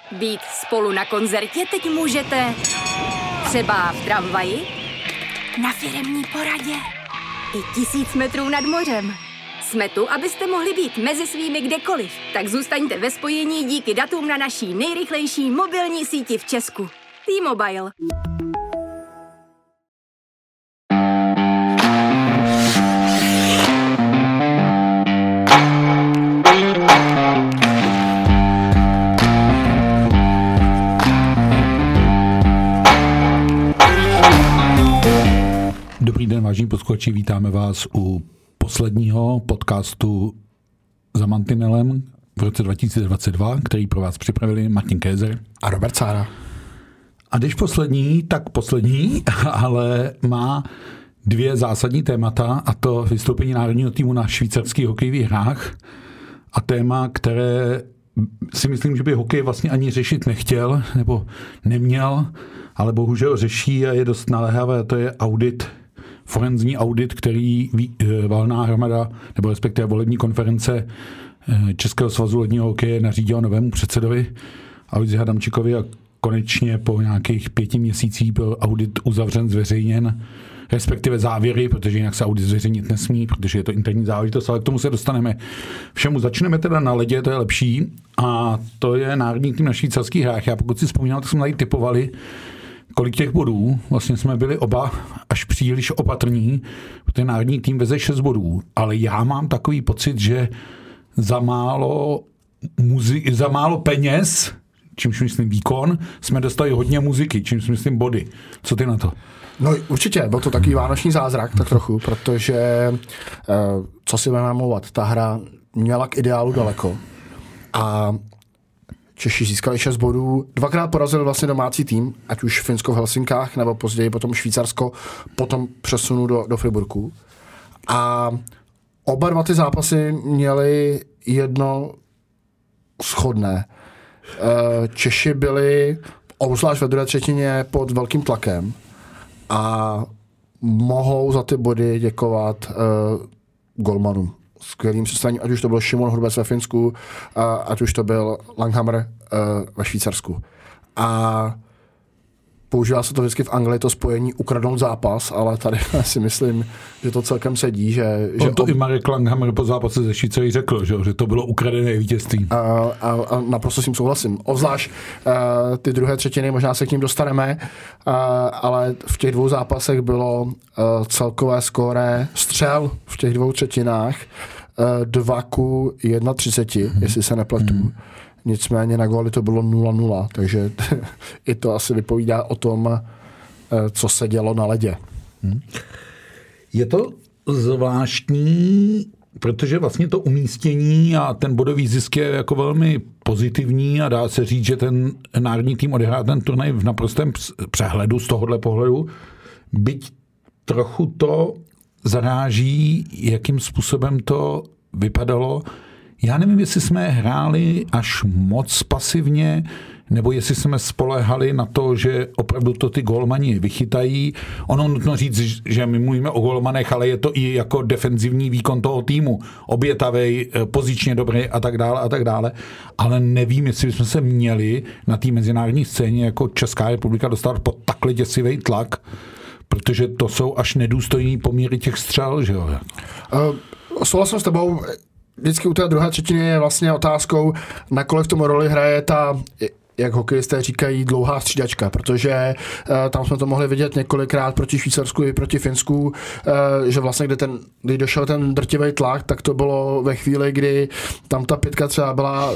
Být spolu na koncertě teď můžete třeba v tramvaji, na firemní poradě i 1000 metrů nad mořem. Jsme tu, abyste mohli být mezi svými kdekoliv. Tak zůstaňte ve spojení díky datům na naší nejrychlejší mobilní síti v Česku. T-Mobile. Dobrý den, vážení posluchači, vítáme vás u posledního podcastu Za mantinelem v roce 2022, který pro vás připravili Martin Kézer a Robert Sára. A když poslední, tak poslední, ale má dvě zásadní témata, a to vystoupení národního týmu na švýcarských hokejových hrách a téma, které si myslím, že by hokej vlastně ani řešit nechtěl nebo neměl, ale bohužel řeší a je dost naléhavé, a to je audit, forenzní audit, který valná hromada, nebo respektive volební konference Českého svazu ledního hokeje nařídila novému předsedovi Aloisi Adamčíkovi a konečně po nějakých 5 měsících byl audit uzavřen, zveřejněn, respektive závěry, protože jinak se audit zveřejnit nesmí, protože je to interní záležitost, ale k tomu se dostaneme. Všemu začneme teda na ledě, to je lepší, a to je národní tým na švýcarských hrách. Já pokud si vzpomínám, tak jsme tady typovali, kolik těch bodů. Vlastně jsme byli oba až příliš opatrní, protože národní tým veze 6 bodů, ale já mám takový pocit, že za málo peněz, čímž myslím výkon, jsme dostali hodně muziky, čímž myslím body. Co ty na to? No určitě, byl to takový vánoční zázrak, tak trochu, protože co si budeme mluvat, ta hra měla k ideálu daleko a Češi získali 6 bodů, 2krát porazili vlastně domácí tým, ať už Finsko v Helsinkách, nebo později potom Švýcarsko, potom přesunu do Friburku. A oba dva ty zápasy měly jedno shodné. Češi byli, obzvlášť ve druhé třetině, pod velkým tlakem a mohou za ty body děkovat golmanům. Skvělým představením, ať už to byl Šimon Hrubec ve Finsku, ať už to byl Langhammer ve Švýcarsku. A používá se to vždycky v Anglii, to spojení ukradnout zápas, ale tady si myslím, že to celkem sedí. Že i Marek Langhammer po zápase ze Švýcarí řekl, že to bylo ukradené vítězství. A naprosto s tím souhlasím. Ovzlášť ty druhé třetiny, možná se k ním dostaneme, ale v těch 2 zápasech bylo celkové skóre střel v těch 2 třetinách 2:31, jestli se nepletu. Nicméně na góly to bylo 0-0, takže i to asi vypovídá o tom, co se dělo na ledě. Je to zvláštní, protože vlastně to umístění a ten bodový zisk je jako velmi pozitivní a dá se říct, že ten národní tým odehrál ten turnaj v naprostém přehledu z tohohle pohledu. Byť trochu to zaráží, jakým způsobem to vypadalo. Já nevím, jestli jsme hráli až moc pasivně, nebo jestli jsme spoléhali na to, že opravdu to ty golmani vychytají. Ono nutno říct, že my mluvíme o golmanech, ale je to i jako defenzivní výkon toho týmu. Obětavej, pozičně dobrý a tak dále. Ale nevím, jestli bychom se měli na té mezinárodní scéně jako Česká republika dostat pod takhle děsivý tlak, protože to jsou až nedůstojný poměry těch střel, že jo? Souhlasím s tebou. Vždycky u té druhé třetiny je vlastně otázkou, nakolik v tom roli hraje ta, jak hokejisté říkají, dlouhá střídačka, protože tam jsme to mohli vidět několikrát proti Švýcarsku i proti Finsku, že vlastně kdy došel ten drtivý tlak, tak to bylo ve chvíli, kdy tam ta 5 třeba byla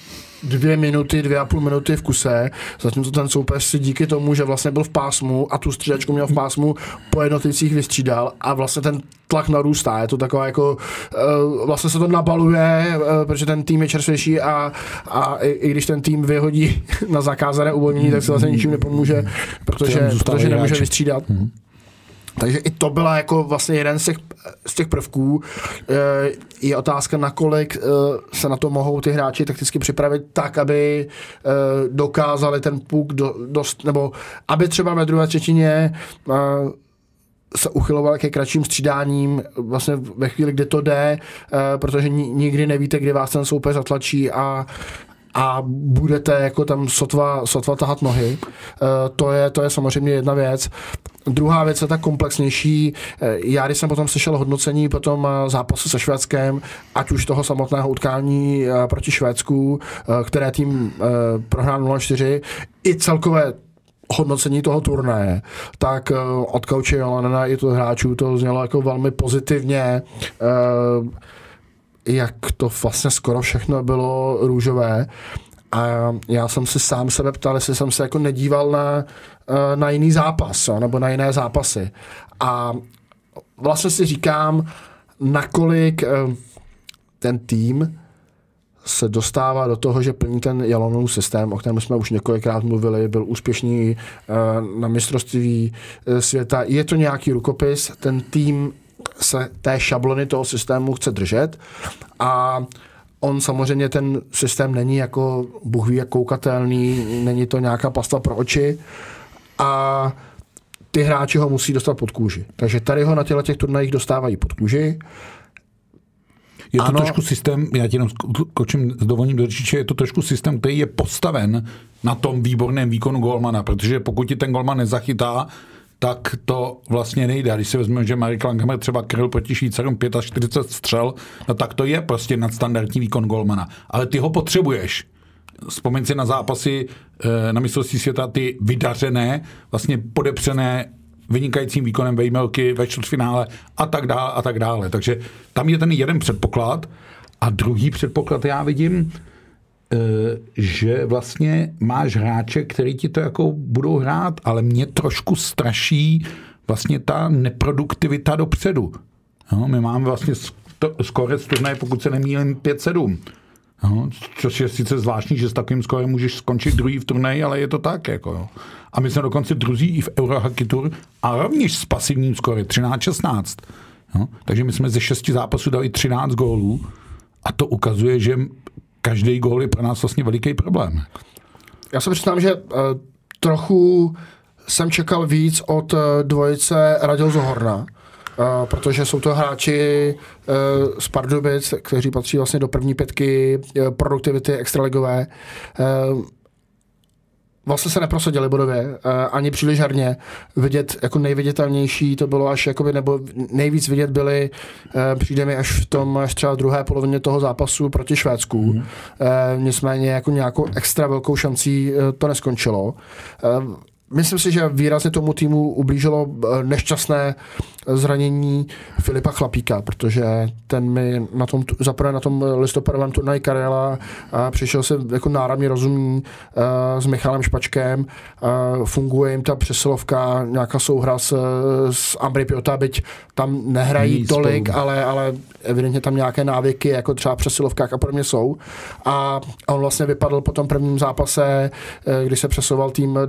2,5 minuty v kuse, zatímco ten soupeř si díky tomu, že vlastně byl v pásmu a tu střídačku měl v pásmu, po jednotlivcích vystřídal a vlastně ten tlak narůstá. Je to taková jako, vlastně se to nabaluje, protože ten tým je čerstvější a i když ten tým vyhodí na zakázané uvolnění, tak se vlastně ničím nepomůže, protože nemůže vystřídat. Takže i to byla jako vlastně jeden z těch prvků. Je otázka, nakolik se na to mohou ty hráči takticky připravit tak, aby dokázali ten puk dost, nebo aby třeba ve druhé třetině se uchyloval ke kratším střídáním vlastně ve chvíli, kdy to jde, protože nikdy nevíte, kdy vás ten soupeř zatlačí a a budete jako tam sotva tahat nohy. To je samozřejmě jedna věc. Druhá věc je ta komplexnější. Já, když jsem potom slyšel hodnocení potom zápasu se Švédskem, ať už toho samotného utkání proti Švédsku, které tým prohrál 0-4, i celkové hodnocení toho turnaje, tak od Kauče Jolanena i toho hráčů to znělo jako velmi pozitivně, jak to vlastně skoro všechno bylo růžové. A já jsem si sám sebe ptal, jestli jsem se jako nedíval na jiný zápas, nebo na jiné zápasy. A vlastně si říkám, nakolik ten tým se dostává do toho, že plní ten Jalonův systém, o kterém jsme už několikrát mluvili, byl úspěšný na mistrovství světa. Je to nějaký rukopis, ten tým se té šablony toho systému chce držet a on samozřejmě ten systém není jako Bůh ví jak koukatelný, není to nějaká pasta pro oči a ty hráči ho musí dostat pod kůži. Takže tady ho na těch turnajích dostávají pod kůži. Je to trošku systém, já ti jenom skočím s dovolením do řeči, je to trošku systém, který je postaven na tom výborném výkonu golmana, protože pokud ti ten golman nezachytá, tak to vlastně nejde. A když si vezmeme, že Marek Langhammer třeba kryl proti Švýcarům 45 střel, no tak to je prostě nadstandardní výkon golmana. Ale ty ho potřebuješ. Vzpomeň si na zápasy na mistrovství světa, ty vydařené, vlastně podepřené vynikajícím výkonem Vejmelky ve čtvrtfinále a tak dále. Takže tam je ten jeden předpoklad a druhý předpoklad já vidím, že vlastně máš hráče, který ti to jako budou hrát, ale mě trošku straší vlastně ta neproduktivita dopředu. No, my máme vlastně skorec turnaje, pokud se nemýlím, 5-7. No, což je sice zvláštní, že s takovým skorem můžeš skončit druhý v turnaji, ale je to tak. Jako, jo. A my jsme dokonce druzí i v Eurohockey Tour a rovněž s pasivním skorem 13-16. No, takže my jsme ze 6 zápasů dali 13 gólů a to ukazuje, že každý gól je pro nás vlastně veliký problém. Já se přiznám, že trochu jsem čekal víc od dvojice Radil Zohorna, protože jsou to hráči z Pardubic, kteří patří vlastně do první 5 produktivity extraligové. Vlastně se neprosadili bodově, ani příliš herně. Vidět jako nejviditelnější to bylo až jakoby, nebo nejvíc vidět byli, přijde mi až třeba druhé polovině toho zápasu proti Švédsku. Nicméně jako nějakou extra velkou šancí to neskončilo. Myslím si, že výrazně tomu týmu ublížilo nešťastné zranění Filipa Chlapíka, protože ten mi zaprvé na tom listopadovém turnaji Karela přišel se jako náramně rozumný s Michalem Špačkem, funguje jim ta přesilovka, nějaká souhra s Ambry Piota, byť tam nehrají tolik, ale evidentně tam nějaké návyky, jako třeba přesilovkách a podobně jsou. A on vlastně vypadl po tom prvním zápase, kdy se přesouval tým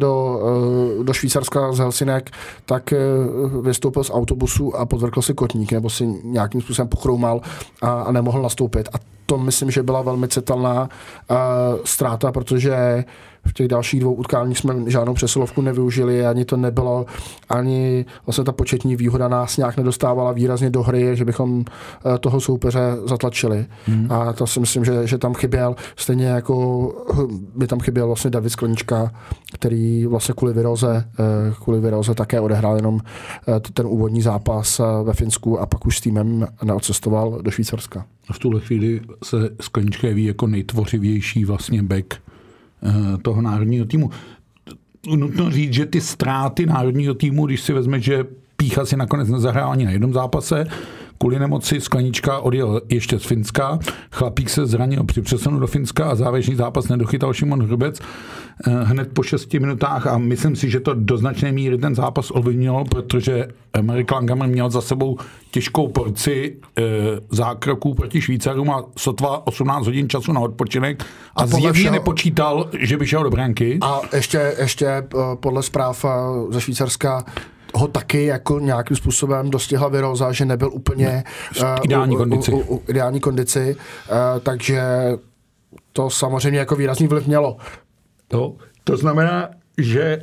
do Švýcarska z Helsinek, tak vystoupil z autobusu a podvrkl si kotník, nebo si nějakým způsobem pochroumal a nemohl nastoupit. A to myslím, že byla velmi citelná ztráta, protože v těch dalších 2 utkáních jsme žádnou přesilovku nevyužili, ani to nebylo, ani vlastně ta početní výhoda nás nějak nedostávala výrazně do hry, že bychom toho soupeře zatlačili. A to si myslím, že tam chyběl, stejně jako by tam chyběl vlastně David Sklenička, který vlastně kvůli viróze také odehrál jenom ten úvodní zápas ve Finsku a pak už s týmem neodcestoval do Švýcarska. V tuhle chvíli se Sklenička jeví jako nejtvořivější vlastně back toho národního týmu. Nutno říct, že ty ztráty národního týmu, když si vezme, že Pícha si nakonec nezahrál ani na jednom zápase, kvůli nemoci Sklenička odjel ještě z Finska, Chlapík se zranil při přesunu do Finska a závěrečný zápas nedochytal Šimon Hrubec hned po 6 minutách a myslím si, že to do značné míry ten zápas ovlivnilo, protože Marek Langhammer měl za sebou těžkou porci zákroků proti Švýcarům a sotva 18 hodin času na odpočinek a zjevně nepočítal, že by šel do branky. A ještě podle zpráv ze Švýcarska ho taky jako nějakým způsobem dostihla viróza, že nebyl úplně ideální kondici, takže to samozřejmě jako výrazný vliv mělo. To znamená, že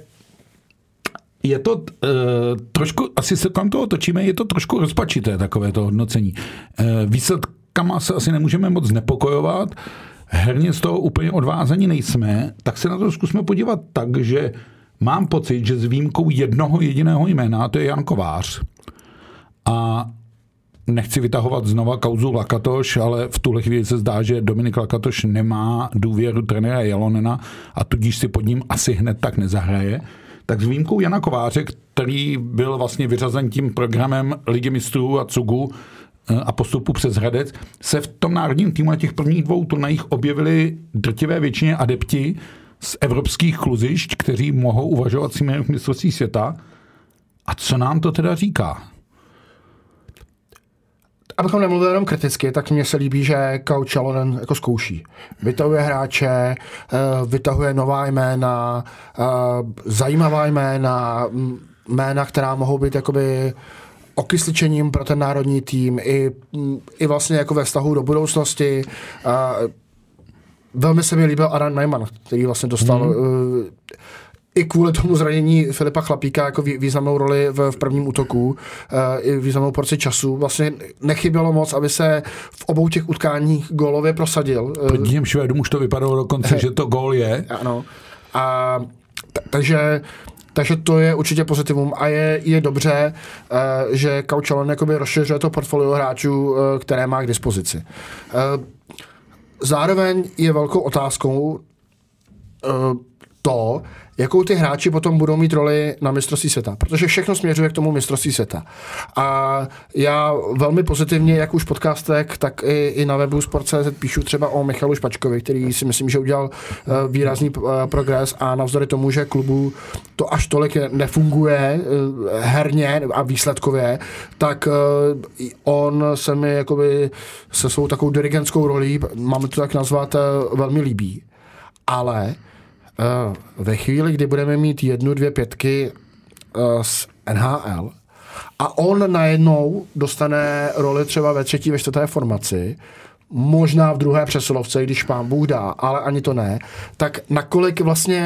je to trošku, asi se tam toho točíme, je to trošku rozpačité takové to hodnocení. Výsledkama se asi nemůžeme moc znepokojovat. herně z toho úplně odvázaní nejsme, tak se na to zkusme podívat tak, že mám pocit, že s výjimkou jednoho jediného jména, to je Jan Kovář. A nechci vytahovat znova kauzu Lakatoš, ale v tuhle chvíli se zdá, že Dominik Lakatoš nemá důvěru trenéra Jalonena a tudíž si pod ním asi hned tak nezahraje. Tak s výjimkou Jana Kováře, který byl vlastně vyřazen tím programem Ligy mistrů a Cugu a postupu přes Hradec, se v tom národním týmu na těch prvních 2 turnajích objevili drtivé většině adepti z evropských kluzišť, kteří mohou uvažovat si jménem mistrovství světa. A co nám to teda říká? Abychom nemluvili jenom kriticky, tak mně se líbí, že Coach Jalonen jako zkouší. Vytahuje hráče, vytahuje nová jména, zajímavá jména, která mohou být jakoby okysličením pro ten národní tým i vlastně jako ve vztahu do budoucnosti. Velmi se mi líbil Adam Neumann, který vlastně dostal i kvůli tomu zranění Filipa Chlapíka jako významnou roli v prvním útoku, i významnou porci času. Vlastně nechybělo moc, aby se v obou těch utkáních gólově prosadil. Proti těm Švédům už to vypadalo dokonce, že to gól je. Ano. Takže to je určitě pozitivum a je dobře, že Coach Jalonen jakoby rozšiřuje to portfolio hráčů, které má k dispozici. Zároveň je velkou otázkou to, jakou ty hráči potom budou mít roli na mistrovství světa. Protože všechno směřuje k tomu mistrovství světa. A já velmi pozitivně, jak už v podcastech, tak i na webu Sport.cz píšu třeba o Michalu Špačkovi, který si myslím, že udělal výrazný progres a navzdory tomu, že klubu to až tolik nefunguje herně a výsledkově, tak on se mi jakoby se svou takovou dirigentskou rolí, máme to tak nazvat, velmi líbí. Ale ve chvíli, kdy budeme mít 1-2 pětky z NHL a on najednou dostane roli třeba ve 3., ve 4. formaci, možná v 2. přesilovce, když pán Bůh dá, ale ani to ne, tak nakolik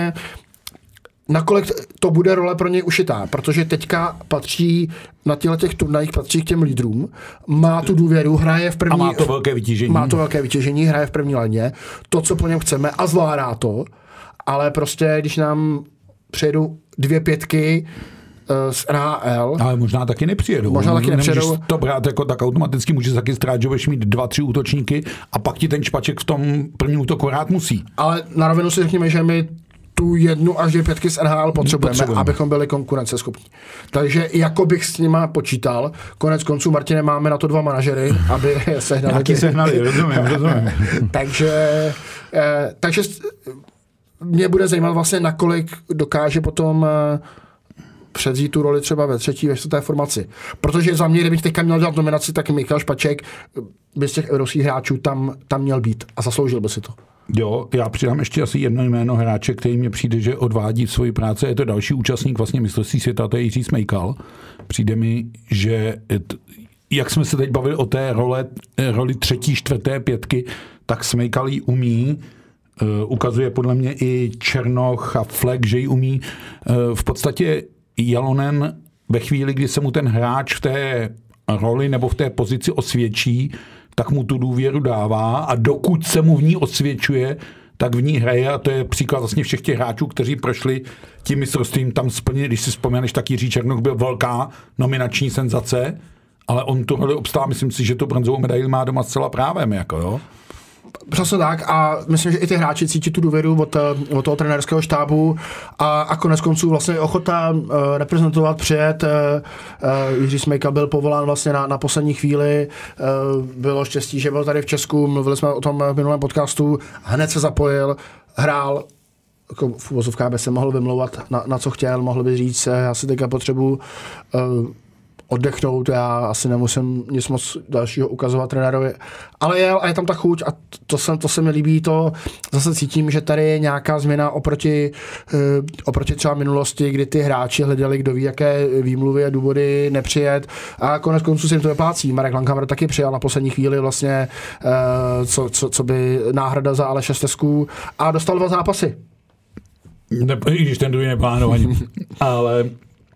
to bude role pro něj ušitá, protože teďka patří na těch turnajích patří k těm lídrům, má tu důvěru, hraje v první... A má to velké vytížení. Má to velké vytížení, hraje v první léně, to, co po něm chceme a zvládá to, ale prostě, když nám přijedou 2 pětky z NHL... Ale možná taky nepřijedou. Možná taky nepřijedou. Nemůžeš to brát jako tak automaticky, můžeš taky strát, že budeš mít 2-3 útočníky a pak ti ten Špaček v tom prvním útoku rád musí. Ale na rovinu si řekněme, že my tu 1 až 2 pětky z NHL potřebujeme, abychom byli konkurenceschopní. Takže jako bych s nima počítal, konec konců, Martine, máme na to 2 manažery, aby sehnali. Jaký sehnali, rozumím. Takže mě bude zajímat vlastně, nakolik dokáže potom převzít tu roli třeba ve 3., ve 4. formaci. Protože za mě, kdybych teďka měl dělat nominaci, tak Michal Špaček by z těch evropských hráčů tam měl být a zasloužil by si to. Jo, já přidám ještě asi jedno jméno hráče, který mně přijde, že odvádí svoji práci. Je to další účastník vlastně mistrovství světa, to je Jiří Smejkal. Přijde mi, že jak jsme se teď bavili o té roli 3., 4., 5, tak Smejkal ji umí. Ukazuje podle mě i Černoch a Fleck, že ji umí. V podstatě Jalonen ve chvíli, kdy se mu ten hráč v té roli nebo v té pozici osvědčí, tak mu tu důvěru dává a dokud se mu v ní osvědčuje, tak v ní hraje a to je příklad vlastně všech těch hráčů, kteří prošli tím mistrovstvím tam splnili. Když si vzpomeneš, tak Jiří Černoch byl velká nominační senzace, ale on tu roli obstál, myslím si, že tu bronzovou medaili má doma zcela právem, jako jo. Přesně tak a myslím, že i ty hráči cítí tu důvěru od toho trenérského štábu a konec konců vlastně ochota reprezentovat, přijet. Jiří Smejkal byl povolán vlastně na poslední chvíli. Bylo štěstí, že byl tady v Česku, mluvili jsme o tom v minulém podcastu, hned se zapojil, hrál, jako v uvozovkách by se mohl vymlouvat na co chtěl, mohl by říct, já si teďka potřebuji oddechnout, já asi nemusím nic moc dalšího ukazovat trenérovi, ale je tam ta chuť a to se mi líbí, to zase cítím, že tady je nějaká změna oproti třeba minulosti, kdy ty hráči hledali, kdo ví, jaké výmluvy a důvody nepřijet a konec konců se jim to vyplácí. Marek Langhammer taky přijal na poslední chvíli vlastně co by náhrada za Aleše Stesku a dostal 2 zápasy. I když ten druhý neplánovaný, ale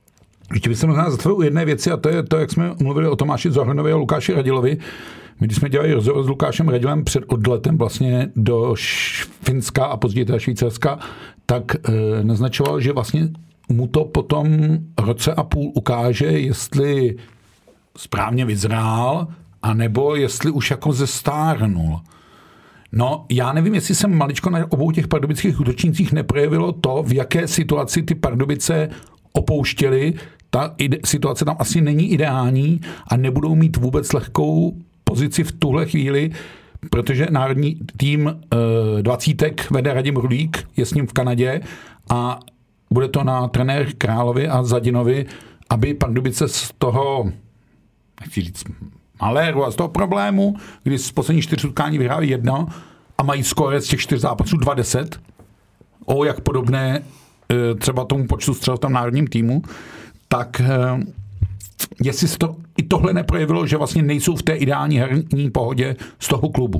Ještě bych se možná zastavil u jedné věci, a to je to, jak jsme mluvili o Tomáši Zohranovi a Lukáši Radilovi. My, když jsme dělali rozhovor s Lukášem Radilem před odletem vlastně do Finska a později teda Švýcarska, tak naznačoval, že vlastně mu to po tom roce a půl ukáže, jestli správně vyzrál, anebo jestli už jako zestárnul. No, já nevím, jestli jsem maličko na obou těch pardubických útočnících neprojevilo to, v jaké situaci ty Pardubice opouštěli. Ta situace tam asi není ideální a nebudou mít vůbec lehkou pozici v tuhle chvíli, protože národní tým 20 vede Radim Rulík, je s ním v Kanadě a bude to na trenér Královi a Zadinovi, aby Pardubice z toho, nechci říct maléru a z toho problému, kdy z posledních 4 utkání vyhráli 1 a mají skóre z těch 4 zápasů 2-10, jak podobné třeba tomu počtu střel v tom národním týmu, tak jestli se to i tohle neprojevilo, že vlastně nejsou v té ideální herní pohodě z toho klubu.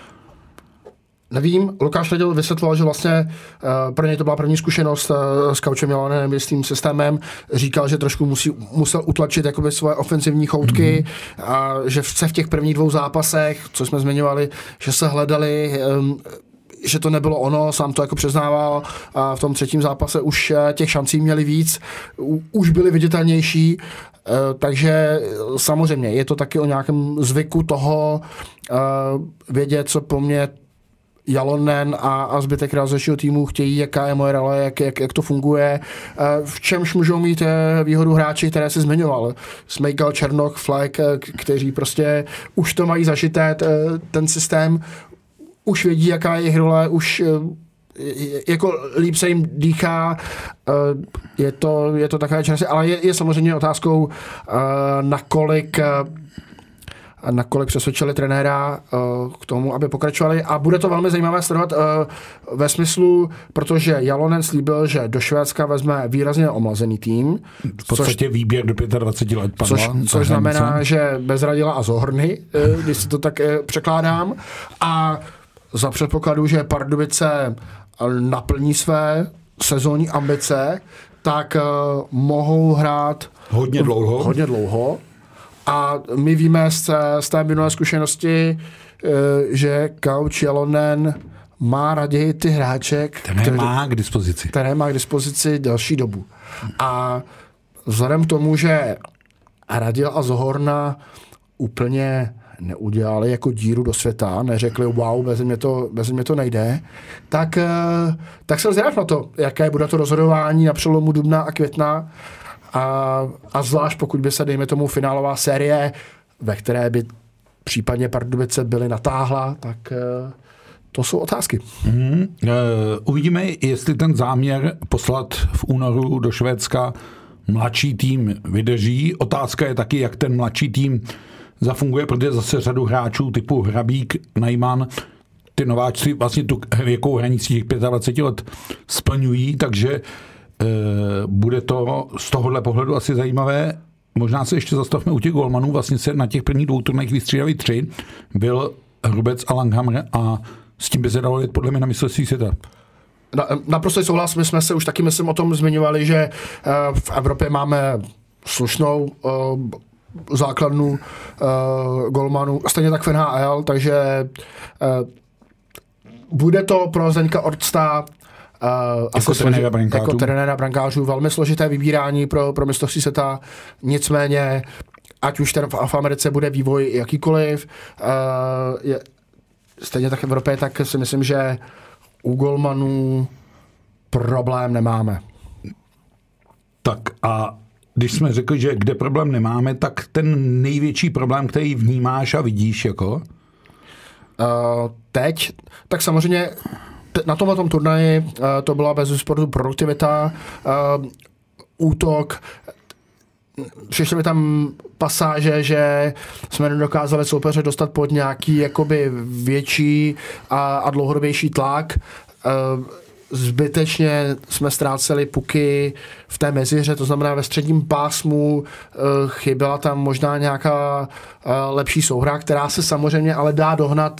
Nevím, Lukáš Radil vysvětloval, že vlastně pro něj to byla první zkušenost s Kaučem Jalonem, s tím systémem. Říkal, že trošku musel utlačit jakoby svoje ofenzivní choutky a že se v těch prvních 2 zápasech, co jsme zmiňovali, že se hledali, že to nebylo ono, sám to jako přiznával a v tom 3. zápase už těch šancí měli víc, už byli viditelnější, takže samozřejmě je to taky o nějakém zvyku toho vědět, co po mně Jalonen a zbytek rozhodčího týmu chtějí, jaká je moje role, jak to funguje, v čemž můžou mít výhodu hráči, které si zmiňoval. Smejkal, Černoch, Fleck, kteří prostě už to mají zažité, ten systém, už vědí, jaká je jejich role, už jako líp se jim dýchá, je to takové časy, ale je samozřejmě otázkou, nakolik přesvědčili trenéra k tomu, aby pokračovali. A bude to velmi zajímavé sledovat ve smyslu, protože Jalonen slíbil, že do Švédska vezme výrazně omlazený tým. V podstatě výběr do 25 let padla. Což znamená, že bez Radila a Zohorny, když si to tak překládám. A za předpokladu, že Pardubice naplní své sezónní ambice, tak mohou hrát hodně dlouho. A my víme z té minulé zkušenosti, že Kauč Jalonen má raději ty hráče, které má k dispozici delší dobu. A vzhledem k tomu, že Radil a Zohorna úplně neudělali jako díru do světa, neřekli wow, bez mě to nejde, tak jsem zvědav na to, jaké bude to rozhodování na přelomu dubna a května. A zvlášť pokud by se, dejme tomu, finálová série, ve které by případně Pardubice byly natáhla, tak to jsou otázky. Uvidíme, jestli ten záměr poslat v únoru do Švédska mladší tým vydrží. Otázka je taky, jak ten mladší tým zafunguje, protože zase řadu hráčů typu Hrabík, Najman, ty nováčci vlastně tu věkovou hranici těch 25 let splňují, takže bude to z tohohle pohledu asi zajímavé. Možná se ještě zastavme u těch golmanů. Vlastně se na těch prvních 2 turnajích vystřídali 3. Byl Hrubec a Langhammer a s tím by se dalo jít podle mě na mistrovství světa. Naprosto souhlas. My jsme se už taky, myslím, o tom zmiňovali, že v Evropě máme slušnou základnu golmanů, stejně tak v NHL, takže bude to pro Zdeňka Orcta jako trenéra brankářů velmi složité vybírání pro mistrovství světa, nicméně ať už ten v Americe bude vývoj jakýkoliv, stejně tak v Evropě, tak si myslím, že u golmanů problém nemáme. Tak a když jsme řekli, že kde problém nemáme, tak ten největší problém, který vnímáš a vidíš jako? Teď, tak samozřejmě na tomhle turnaji to byla bezesporu produktivita, útok, přišly mi tam pasáže, že jsme nedokázali soupeře dostat pod nějaký jakoby větší a dlouhodobější tlak. Zbytečně jsme ztráceli puky v té meziře, to znamená ve středním pásmu, chyběla tam možná nějaká lepší souhra, která se samozřejmě ale dá dohnat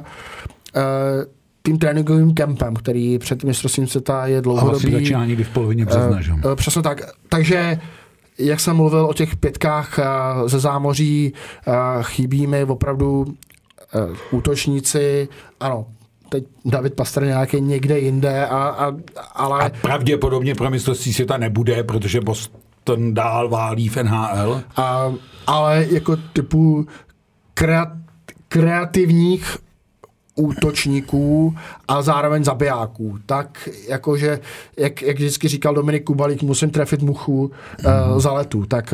tím tréninkovým kempem, který před mistrovstvím světa je dlouhodobý. A vlastně začíná někdy v polovině března, že? Přesně tak. Takže jak jsem mluvil o těch pětkách ze zámoří, chybí mi opravdu útočníci, ano, teď David Pastrňák je někde jinde, ale... A pravděpodobně pro mistrovství světa nebude, protože Boston dál válí v NHL. Ale jako typu kreativních útočníků a zároveň zabijáků. Tak jakože, jak vždycky říkal Dominik Kubalík, musím trefit muchu za letu. Tak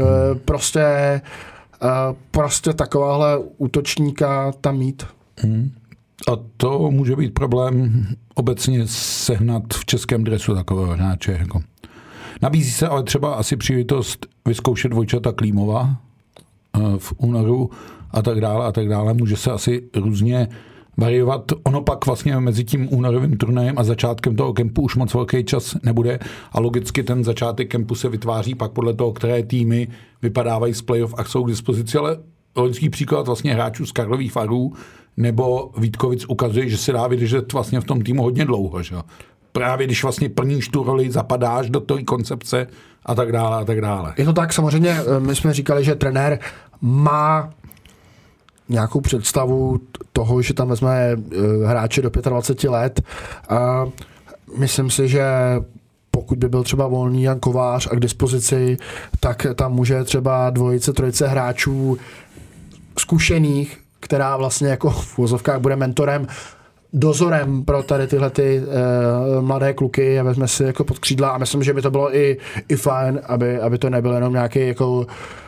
prostě takováhle útočníka tam mít. A to může být problém obecně sehnat v českém dresu takového hráče. Jako. Nabízí se ale třeba asi příležitost vyzkoušet dvojčata Klímova v únoru a tak dále. Může se asi různě variovat. Ono pak vlastně mezi tím únorovým turnajem a začátkem toho kempu už moc velký čas nebude a logicky ten začátek kempu se vytváří pak podle toho, které týmy vypadávají z playoff a jsou k dispozici, ale loňský příklad vlastně hráčů z Karlových Varů nebo Vítkovic ukazuje, že se dá vydržet vlastně v tom týmu hodně dlouho. Že? Právě když vlastně plníš tu roli, zapadáš do té koncepce a tak dále. Je to tak, samozřejmě, my jsme říkali, že trenér má nějakou představu toho, že tam vezme hráče do 25 let. A myslím si, že pokud by byl třeba volný Jan Kovář a k dispozici, tak tam může třeba dvojice, trojice hráčů zkušených, která vlastně jako v uvozovkách bude mentorem, dozorem pro tady tyhle ty mladé kluky a vezme si jako pod křídla a myslím, že by to bylo i fajn, aby to nebyl jenom nějaký jako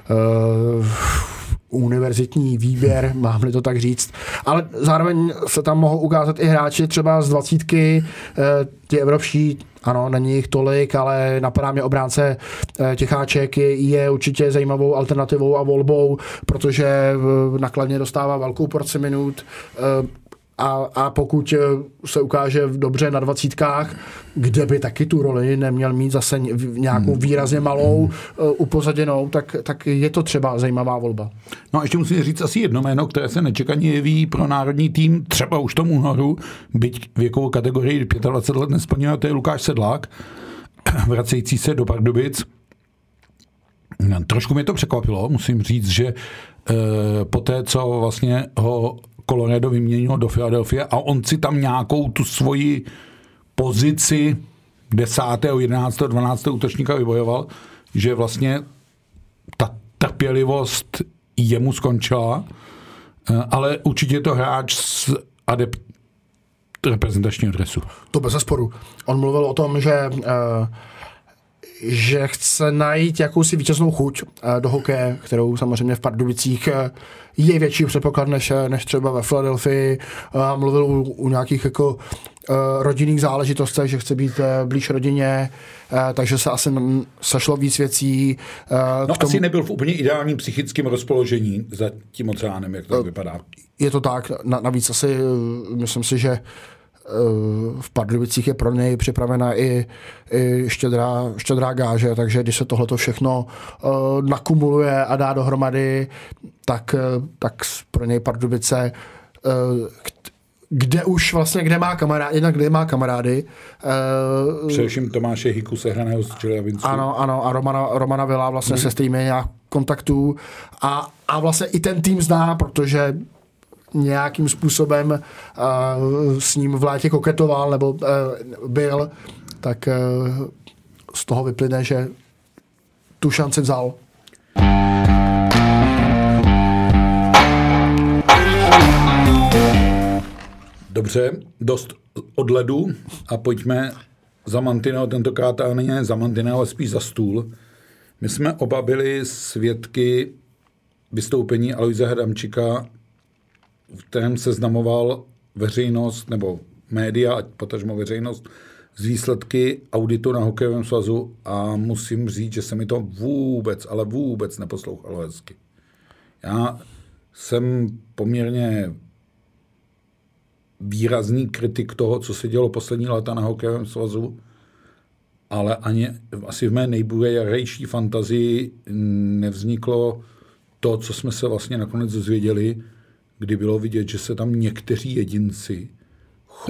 univerzitní výběr, mám-li to tak říct. Ale zároveň se tam mohou ukázat i hráči třeba z 20, ti evropští, ano, není jich tolik, ale napadá mě obránce Těcháček je určitě zajímavou alternativou a volbou, protože nakladně dostává velkou porci minut a pokud se ukáže dobře na 20, kde by taky tu roli neměl mít zase nějakou výrazně malou upozaděnou, tak je to třeba zajímavá volba. No a ještě musím říct asi jedno jméno, které se nečekaně jeví pro národní tým, třeba už tomu únoru, byť věkovou kategorii 25 let nesplňuje, to je Lukáš Sedlák, vracející se do Pardubic. Trošku mě to překvapilo, musím říct, že poté, co vlastně ho Colorado vyměnilo do Philadelphia a on si tam nějakou tu svoji pozici 10., 11., 12. útočníka vybojoval, že vlastně ta trpělivost jemu skončila, ale určitě je to hráč z adept reprezentačního dresu. To bez zesporu. On mluvil o tom, že chce najít jakousi vítěznou chuť do hokeje, kterou samozřejmě v Pardubicích je větší předpoklad než třeba ve Philadelphii. Mluvil u nějakých jako rodinných záležitostech, že chce být blíž rodině, takže se asi sešlo víc věcí. No asi nebyl v úplně ideálním psychickém rozpoložení za tím oceánem, jak to vypadá. Je to tak, navíc asi myslím si, že v Pardubicích je pro něj připravena i štědrá gáže, takže když se tohleto všechno nakumuluje a dá dohromady, tak pro něj Pardubice, kde má kamarády. Především Tomáše Hiku sehraného z Čeljavinců. Ano, a Romana Vila vlastně se stejně nějak kontaktů a vlastně i ten tým zná, protože nějakým způsobem s ním v létě koketoval nebo byl, tak z toho vyplyne, že tu šanci vzal. Dobře, dost od ledu a pojďme za mantinel, tentokrát ale ne za mantinel, ale spíš za stůl. My jsme oba byli svědky vystoupení Aloise Hadamčíka, v kterém seznamoval veřejnost nebo média, potažmo veřejnost, z výsledky auditu na hokejovém svazu a musím říct, že se mi to vůbec neposlouchalo hezky. Já jsem poměrně výrazný kritik toho, co se dělo poslední léta na hokejovém svazu, ale asi v mé nejbujejší fantazii nevzniklo to, co jsme se vlastně nakonec dozvěděli, kdy bylo vidět, že se tam někteří jedinci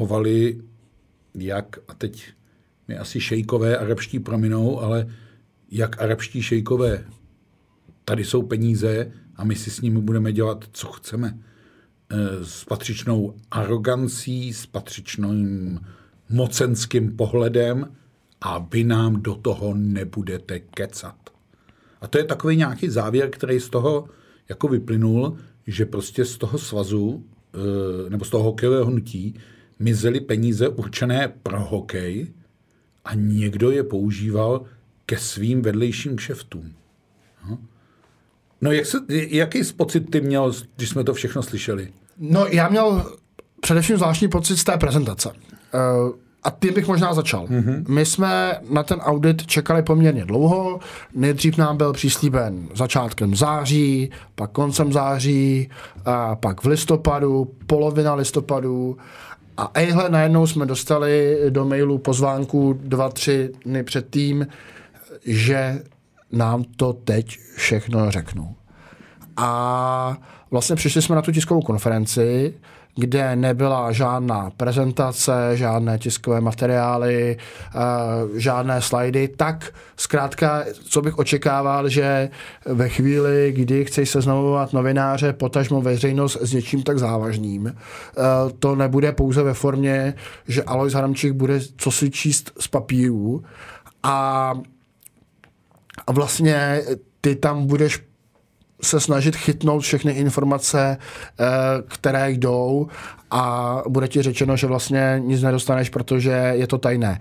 chovali a teď mi asi šejkové arabští prominou, ale jak arabští šejkové, tady jsou peníze a my si s nimi budeme dělat, co chceme. S patřičnou arogancí, s patřičným mocenským pohledem a vy nám do toho nebudete kecat. A to je takový nějaký závěr, který z toho jako vyplynul, že prostě z toho svazu nebo z toho hokejového hnutí mizely peníze určené pro hokej a někdo je používal ke svým vedlejším kšeftům. No jaký pocit ty měl, když jsme to všechno slyšeli? No já měl především zvláštní pocit z té prezentace. A tím bych možná začal. My jsme na ten audit čekali poměrně dlouho. Nejdřív nám byl přislíben začátkem září, pak koncem září, a pak v listopadu, polovina listopadu. A ejhle, najednou jsme dostali do mailu pozvánku 2-3 dny předtím, že nám to teď všechno řeknou. A vlastně přišli jsme na tu tiskovou konferenci, kde nebyla žádná prezentace, žádné tiskové materiály, žádné slajdy, tak zkrátka, co bych očekával, že ve chvíli, kdy chceš seznamovat novináře, potažmo veřejnost s něčím tak závažným, to nebude pouze ve formě, že Alois Hadamčík bude cosi číst z papírů a vlastně ty tam budeš se snažit chytnout všechny informace, které jdou a bude ti řečeno, že vlastně nic nedostaneš, protože je to tajné.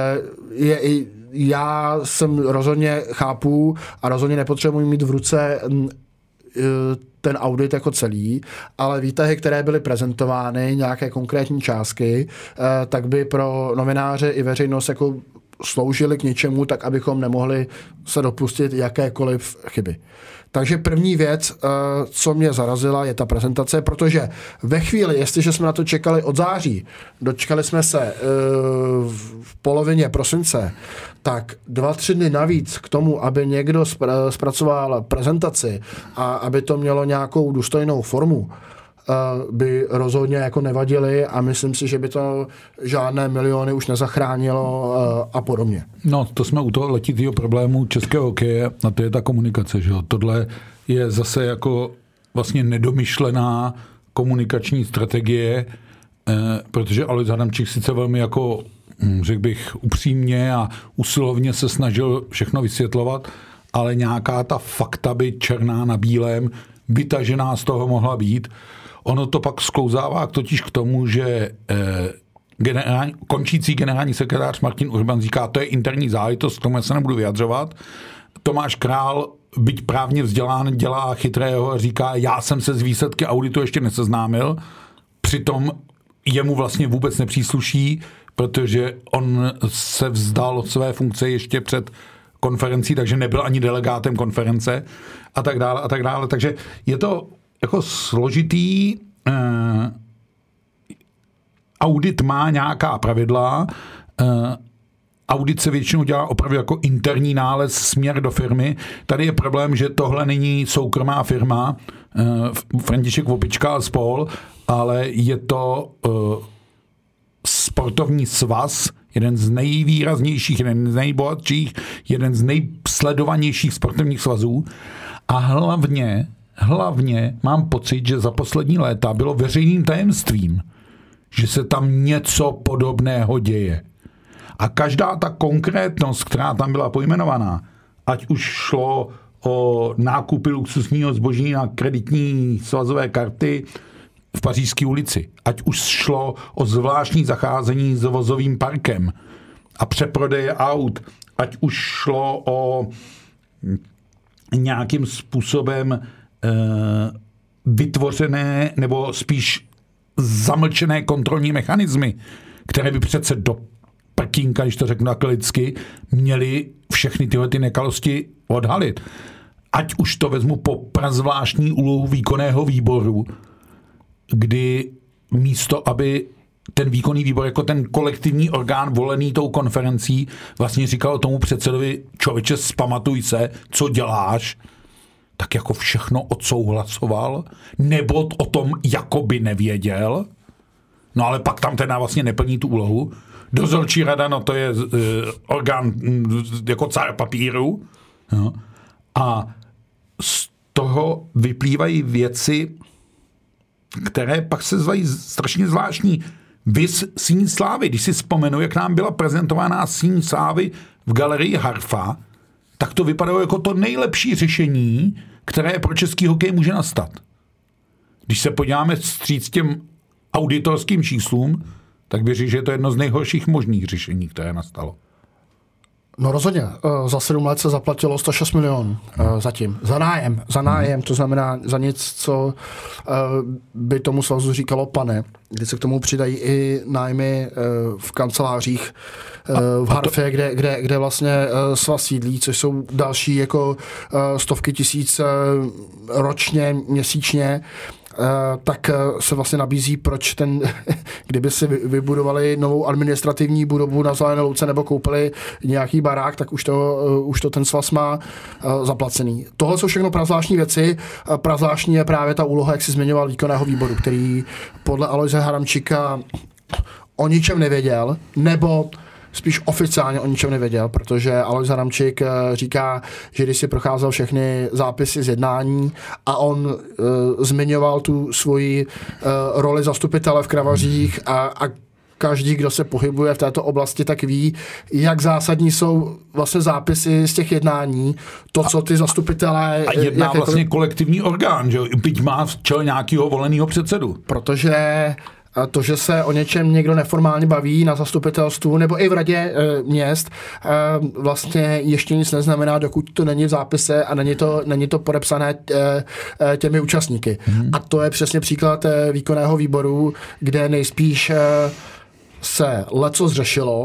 Já jsem rozhodně chápu a rozhodně nepotřebuji mít v ruce ten audit jako celý, ale výtahy, které byly prezentovány, nějaké konkrétní částky, tak by pro novináře i veřejnost jako sloužily k něčemu, tak abychom nemohli se dopustit jakékoliv chyby. Takže první věc, co mě zarazila, je ta prezentace, protože ve chvíli, jestliže jsme na to čekali od září, dočkali jsme se v polovině prosince, tak 2-3 dny navíc k tomu, aby někdo zpracoval prezentaci a aby to mělo nějakou důstojnou formu, by rozhodně jako nevadily a myslím si, že by to žádné miliony už nezachránilo a podobně. No, to jsme u toho letitýho problému českého hokeje a to je ta komunikace, že jo. Tohle je zase jako vlastně nedomyšlená komunikační strategie, protože Alois Hadamčík sice velmi jako, řekl bych, upřímně a usilovně se snažil všechno vysvětlovat, ale nějaká ta fakta by černá na bílém vytažená z toho mohla být. Ono to pak sklouzává totiž k tomu, že končící generální sekretář Martin Urban říká, to je interní záležitost, k tomu já se nebudu vyjadřovat. Tomáš Král, byť právně vzdělán, dělá chytrého a říká, já jsem se z výsledky auditu ještě neseznámil, přitom jemu vlastně vůbec nepřísluší, protože on se vzdal od své funkce ještě před konferencí, takže nebyl ani delegátem konference a tak dále a tak dále. Takže je to jako složitý, audit má nějaká pravidla, audit se většinou dělá opravdu jako interní nález směr do firmy. Tady je problém, že tohle není soukromá firma, František Vopička a spol, ale je to sportovní svaz, jeden z nejvýraznějších, jeden z nejbohatších, jeden z nejsledovanějších sportovních svazů a hlavně mám pocit, že za poslední léta bylo veřejným tajemstvím, že se tam něco podobného děje. A každá ta konkrétnost, která tam byla pojmenovaná, ať už šlo o nákupy luxusního zboží na kreditní svazové karty v Pařížské ulici, ať už šlo o zvláštní zacházení s vozovým parkem a přeprodeje aut, ať už šlo o nějakým způsobem vytvořené nebo spíš zamlčené kontrolní mechanismy, které by přece do prkínka, když to řeknu aklidsky, měly všechny tyhle ty nekalosti odhalit. Ať už to vezmu po prazvláštní úlohu výkonného výboru, kdy místo, aby ten výkonný výbor jako ten kolektivní orgán volený tou konferencí vlastně říkal tomu předsedovi, člověče, vzpamatuj se, co děláš, tak jako všechno odsouhlasoval, nebo o tom jakoby nevěděl, no ale pak tam teda vlastně neplní tu úlohu. Dozorčí rada, no to je orgán jako cár papíru, Jo? A z toho vyplývají věci, které pak se zvají strašně zvláštní. Vys Síň slávy. Když si vzpomenu, jak nám byla prezentovaná Síň slávy v galerii Harfa, tak to vypadalo jako to nejlepší řešení, které pro český hokej může nastat. Když se podíváme vstříc těm auditorským číslům, tak věří, že je to jedno z nejhorších možných řešení, které nastalo. No rozhodně. Za 7 let se zaplatilo 106 milionů zatím. Za nájem, to znamená za nic, co by tomu svazu říkalo pane. Kdy se k tomu přidají i nájmy v kancelářích v Harfě, kde vlastně svaz sídlí, což jsou další jako stovky tisíc ročně, měsíčně. Tak se vlastně nabízí, proč kdyby si vybudovali novou administrativní budovu na Zelené louce nebo koupili nějaký barák, tak už to ten svaz má zaplacený. Tohle jsou všechno prazvláštní věci. Prazvláštní je právě ta úloha, jak jsi zmiňoval, výkonného výboru, který podle Alojze Haramčíka o ničem nevěděl, nebo spíš oficiálně o ničem nevěděl, protože Alojz Haramčík říká, že když si procházel všechny zápisy z jednání a on zmiňoval tu svoji roli zastupitele v Kravařích a každý, kdo se pohybuje v této oblasti, tak ví, jak zásadní jsou vlastně zápisy z těch jednání, to, co ty zastupitelé... A jedná vlastně kolektivní orgán, že byť má v čele nějakého voleného předsedu. Protože to, že se o něčem někdo neformálně baví na zastupitelstvu nebo i v radě měst, vlastně ještě nic neznamená, dokud to není v zápise a není to podepsané těmi účastníky. A to je přesně příklad výkonného výboru, kde nejspíš se lecos řešilo,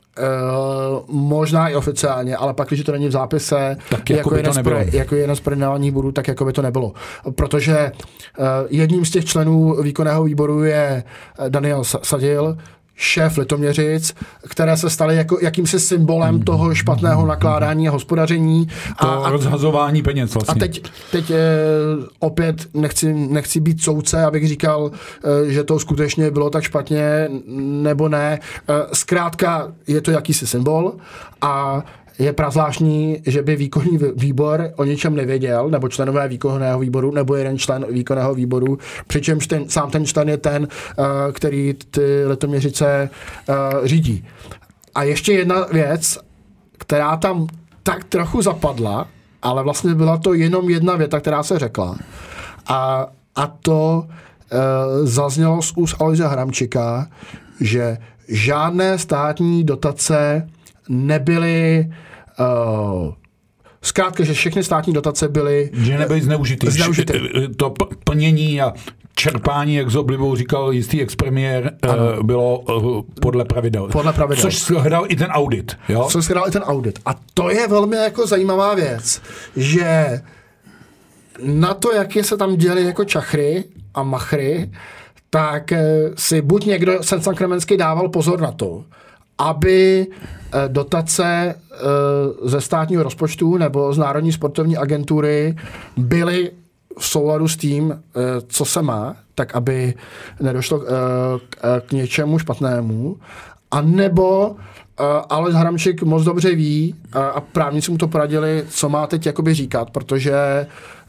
možná i oficiálně, ale pak, když to není v zápise, jako jeden z projednávání bodů, tak jako by to nebylo. Protože jedním z těch členů výkonného výboru je Daniel Sadil, šéf Litoměřic, které se staly jako jakýmsi symbolem toho špatného nakládání a hospodaření. A rozhazování peněz vlastně. A teď opět nechci být soudce, abych říkal, že to skutečně bylo tak špatně, nebo ne. Zkrátka je to jakýsi symbol a je prazvláštní, že by výkonný výbor o něčem nevěděl, nebo členové výkonného výboru, nebo jeden člen výkonného výboru, přičemž sám ten člen je ten, který ty Litoměřice řídí. A ještě jedna věc, která tam tak trochu zapadla, ale vlastně byla to jenom jedna věta, která se řekla. A to zaznělo z úst Alojze Haramčíka, že žádné státní dotace nebyly zkrátka, že všechny státní dotace byly že nebyly zneužity. To plnění a čerpání, jak s oblibou říkal jistý expremiér, bylo podle pravidel. Což shledal i ten audit. Jo? A to je velmi jako zajímavá věc, že na to, jak se tam děli jako čachry a machry, tak si buď někdo, Sencan Kremenský, dával pozor na to, aby dotace ze státního rozpočtu nebo z Národní sportovní agentury byly v souladu s tím, co se má, tak aby nedošlo k něčemu špatnému. A nebo Alojz Haramčík moc dobře ví a právníci mu to poradili, co má teď jakoby říkat, protože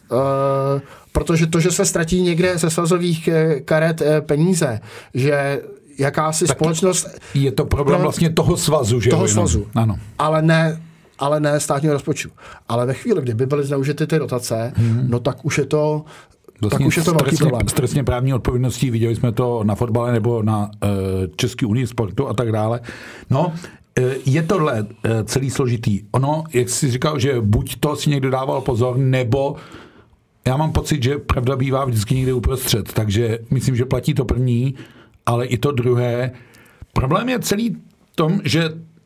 to, že se ztratí někde ze svazových karet peníze, že jakási tak společnost... Je to problém vlastně toho svazu, že? Toho svazu. Ano. Ale ne státního rozpočtu. Ale ve chvíli, kdyby byly zneužity ty dotace, no tak už je to vlastně tak už je to velký problém. S trestně právní odpovědností, viděli jsme to na fotbale nebo na České unii sportu a tak dále. No, je tohle celý složitý. Ono, jak jsi říkal, že buď to si někdo dával pozor, nebo já mám pocit, že pravda bývá vždycky někde uprostřed, takže myslím, že platí to první, ale i to druhé. Problém je celý tom, že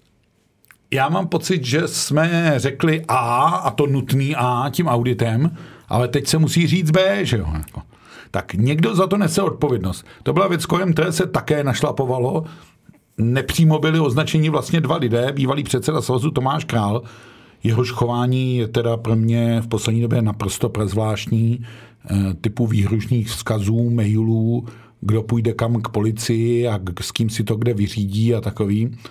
já mám pocit, že jsme řekli A to nutný A tím auditem, ale teď se musí říct B, že jo. Tak někdo za to nese odpovědnost. To byla věc, kolem které se také našlapovalo. Nepřímo byli označeni vlastně dva lidé, bývalý předseda svazu Tomáš Král. Jehož chování je teda pro mě v poslední době naprosto prezvláštní, typu výhružných vzkazů, mailů, kdo půjde kam k policii a s kým si to kde vyřídí a takový.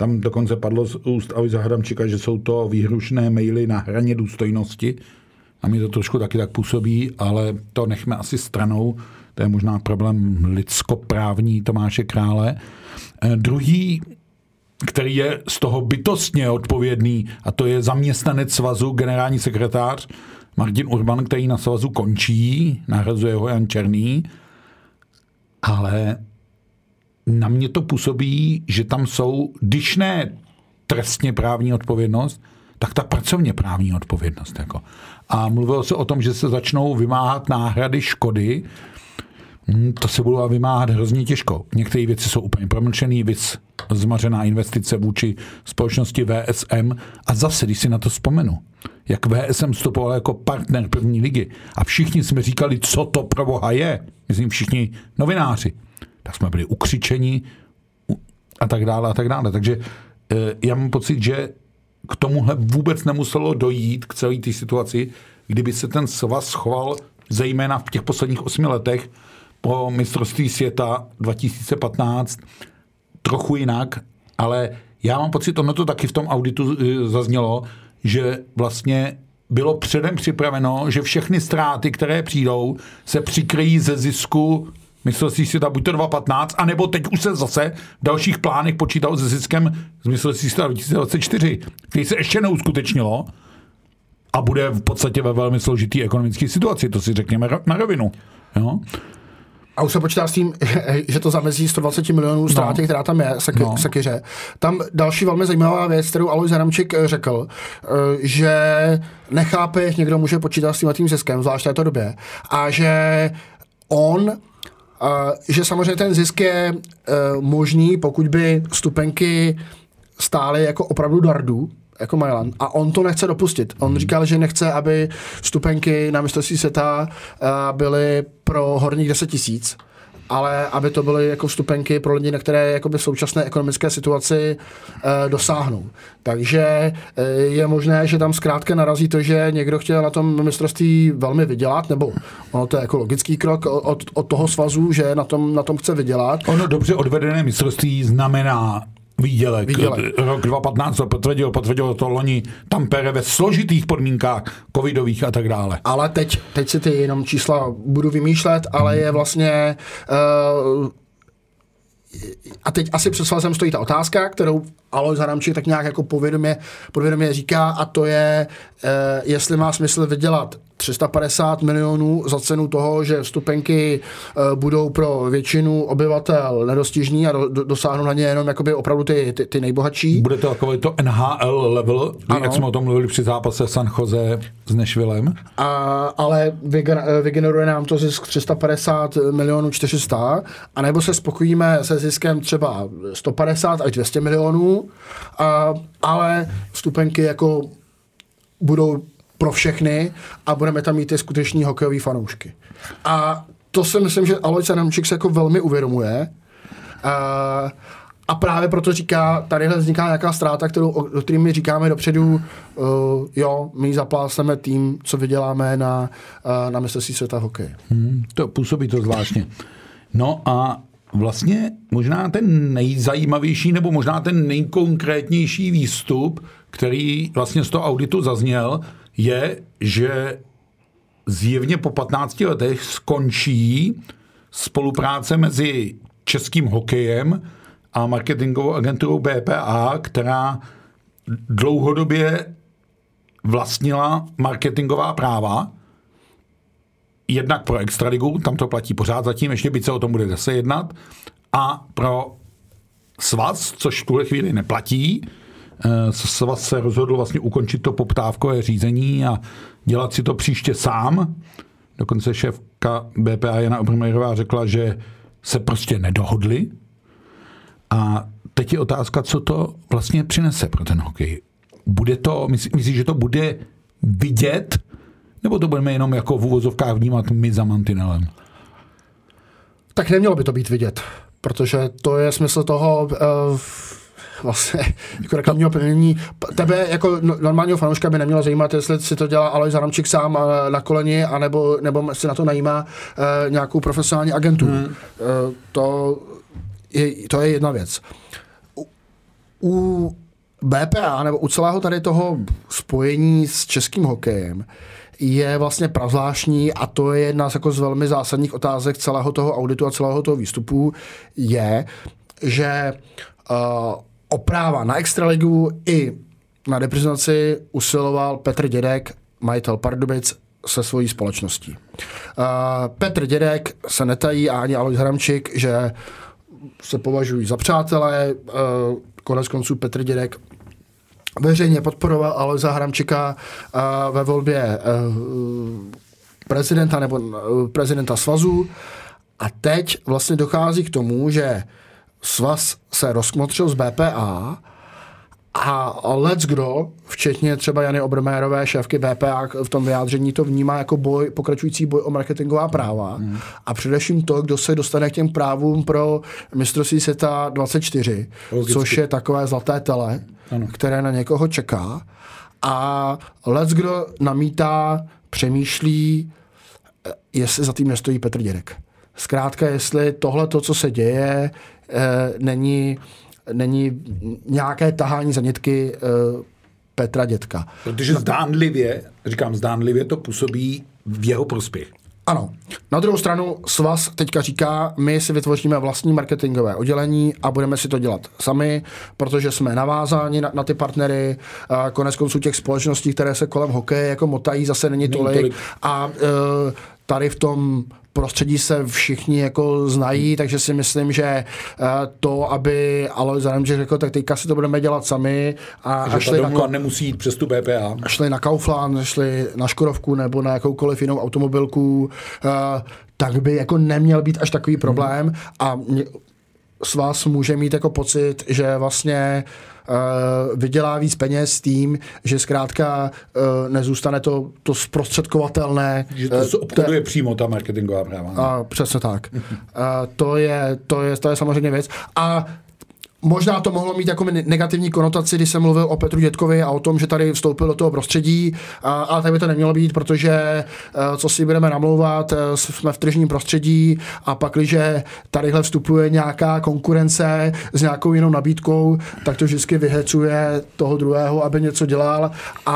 Tam dokonce padlo z úst Aloise Adamčíka, že jsou to výhrušné maily na hraně důstojnosti. A mi to trošku taky tak působí, ale to nechme asi stranou. To je možná problém lidskoprávní Tomáše Krále. Druhý, který je z toho bytostně odpovědný, a to je zaměstnanec svazu, generální sekretář Martin Urban, který na svazu končí, nahrazuje ho Jan Černý, ale na mě to působí, že tam jsou, když ne trestně právní odpovědnost, tak ta pracovně právní odpovědnost. Jako. A mluvilo se o tom, že se začnou vymáhat náhrady škody. To se budou vymáhat hrozně těžko. Některé věci jsou úplně promlčený, viz zmařená investice vůči společnosti VSM. A zase, když si na to vzpomenu, jak VSM vstupoval jako partner první ligy a všichni jsme říkali, co to pro boha je, myslím všichni novináři, tak jsme byli ukřičeni a tak dále a tak dále. Takže já mám pocit, že k tomuhle vůbec nemuselo dojít k celé té situaci, kdyby se ten svaz choval zejména v těch posledních 8 letech po mistrovství světa 2015 trochu jinak, ale já mám pocit, ono to taky v tom auditu zaznělo, že vlastně bylo předem připraveno, že všechny ztráty, které přijdou, se přikryjí ze zisku mistrovství světa buď to 2015, anebo teď už se zase v dalších plánech počítalo se ziskem z mistrovství světa 2024, který se ještě neuskutečnilo a bude v podstatě ve velmi složitý ekonomické situaci, to si řekněme na rovinu. Jo? A už se počítá s tím, že to zamezí 120 milionů ztráty, která tam je, Sekyře. Tam další velmi zajímavá věc, kterou Alois Adamčík řekl, že nechápe, jak někdo může počítat s tím ziskem, zvlášť v této době. A že že samozřejmě ten zisk je možný, pokud by vstupenky stály jako opravdu dardu, jako Mailand. A on to nechce dopustit. On říkal, že nechce, aby vstupenky na mistrovství světa byly pro horních 10 000, ale aby to byly jako vstupenky pro lidi, na které jakoby v současné ekonomické situaci dosáhnou. Takže je možné, že tam zkrátka narazí to, že někdo chtěl na tom mistrovství velmi vydělat, nebo ono to je jako logický krok od toho svazu, že na tom chce vydělat. Ono dobře odvedené mistrovství znamená výdělek. Rok 2015 to potvrdilo to loni Tampere ve složitých podmínkách covidových a tak dále. Ale teď si ty jenom čísla budu vymýšlet, ale je vlastně a teď asi před svazem stojí ta otázka, kterou Alois Adamčík tak nějak jako podvědomě říká, a to je, jestli má smysl vydělat 350 milionů za cenu toho, že vstupenky budou pro většinu obyvatel nedostižní a dosáhnou na ně jenom jakoby opravdu ty nejbohatší. Bude to takový to NHL level, jak jsme o tom mluvili při zápase San Jose s Nashvillem. Ale vygeneruje nám to zisk 350 milionů 400, anebo se spokojíme se ziskem třeba 150 až 200 milionů, ale vstupenky jako budou pro všechny a budeme tam mít ty skuteční hokejový fanoušky. A to si myslím, že Alois Adamčík se jako velmi uvědomuje. A právě proto říká, tadyhle vzniká nějaká ztráta, o kterým my říkáme dopředu, jo, my zaplásneme tým, co vyděláme na mistrovství světa v hokeji. To působí to zvláštně. No a vlastně možná ten nejzajímavější nebo možná ten nejkonkrétnější výstup, který vlastně z toho auditu zazněl, je, že zjevně po 15 letech skončí spolupráce mezi českým hokejem a marketingovou agenturou BPA, která dlouhodobě vlastnila marketingová práva, jednak pro Extraligu, tam to platí pořád zatím, ještě byť se o tom bude zase jednat, a pro svaz, což v tuhle chvíli neplatí. Svaz se rozhodl vlastně ukončit to poptávkové řízení a dělat si to příště sám. Dokonce šéfka BPA Jana Obermajerová řekla, že se prostě nedohodli. A teď je otázka, co to vlastně přinese pro ten hokej. Bude to, myslíš, že to bude vidět, nebo to budeme jenom jako v uvozovkách vnímat my za mantinelem? Tak nemělo by to být vidět, protože to je smysl toho vlastně jako reklamního plnění. Tebe jako normálního fanouška by nemělo zajímat, jestli si to dělá Alois Adamčík sám na koleni, nebo si na to najímá nějakou profesionální agenturu. To je jedna věc. U BPA nebo u celého tady toho spojení s českým hokejem je vlastně prazvláštní a to je jedna z jako z velmi zásadních otázek celého toho auditu a celého toho výstupu je, že o práva na extraligu i na reprezentaci usiloval Petr Dědek, majitel Pardubic, se svojí společností. Petr Dědek se netají a ani Alois Hramčík, že se považují za přátelé. Konec konců Petr Dědek veřejně podporoval Aloisa Hramčíka ve volbě prezidenta nebo prezidenta svazu. A teď vlastně dochází k tomu, že svaz se rozkmotřil z BPA a leckdo, včetně třeba Jany Obermérové, šéfky BPA, v tom vyjádření to vnímá jako pokračující boj o marketingová práva. A především to, kdo se dostane k těm právům pro mistrovství světa 24, což je takové zlaté tele, které na někoho čeká. A leckdo namítá, přemýšlí, jestli za tím nestojí Petr Dědek. Zkrátka, jestli tohle, co se děje, není nějaké tahání za nitky Petra Dědka. Protože zdánlivě to působí v jeho prospěch. Ano. Na druhou stranu svaz teďka říká, my si vytvoříme vlastní marketingové oddělení a budeme si to dělat sami, protože jsme navázáni na ty partnery, konec konců těch společností, které se kolem hokeje jako motají, zase není tolik. A tady v tom prostředí se všichni jako znají, takže si myslím, že to, aby Alois Hramčík řekl, tak teďka si to budeme dělat sami a šli nemusí jít přes tu BPA. Šli na Kaufland, šli na Škodovku nebo na jakoukoliv jinou automobilku, tak by jako neměl být až takový problém a svaz může mít jako pocit, že vlastně vydělá víc peněz tím, že zkrátka nezůstane to zprostředkovatelné. Že to se obchoduje přímo ta marketingová práva. Přesně tak. To je samozřejmě věc. A možná to mohlo mít jako negativní konotaci, když jsem mluvil o Petru Dědkovi a o tom, že tady vstoupil do toho prostředí, ale tak by to nemělo být, protože co si budeme namlouvat, jsme v tržním prostředí a pak, když tadyhle vstupuje nějaká konkurence s nějakou jinou nabídkou, tak to vždycky vyhecuje toho druhého, aby něco dělal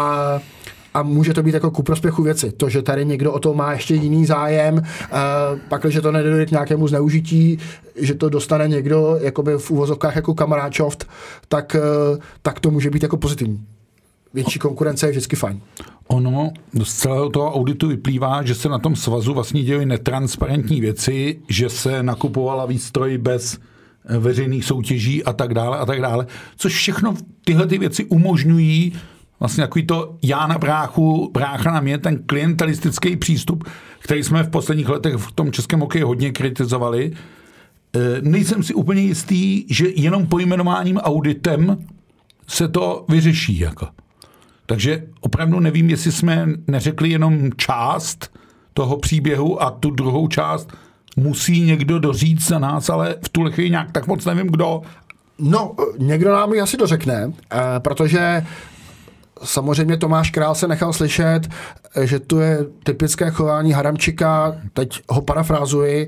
a může to být jako ku prospěchu věci. To, že tady někdo o to má ještě jiný zájem, pak, když to nedojde k nějakému zneužití, že to dostane někdo jakoby v uvozovkách jako kamaráčoft, tak to může být jako pozitivní. Větší konkurence je vždycky fajn. Ono z celého toho auditu vyplývá, že se na tom svazu vlastně dělají netransparentní věci, že se nakupovala výstroj bez veřejných soutěží a tak dále, což všechno tyhle ty věci umožňují vlastně takový to já na brácha na mě, ten klientelistický přístup, který jsme v posledních letech v tom českém hokeji hodně kritizovali. Nejsem si úplně jistý, že jenom pojmenováním auditem se to vyřeší. Jako. Takže opravdu nevím, jestli jsme neřekli jenom část toho příběhu a tu druhou část musí někdo doříct za nás, ale v tuhle chvíli nějak tak moc nevím, kdo. No, někdo nám ji asi dořekne, protože samozřejmě Tomáš Král se nechal slyšet, že to je typické chování Hramčíka, teď ho parafrázuji,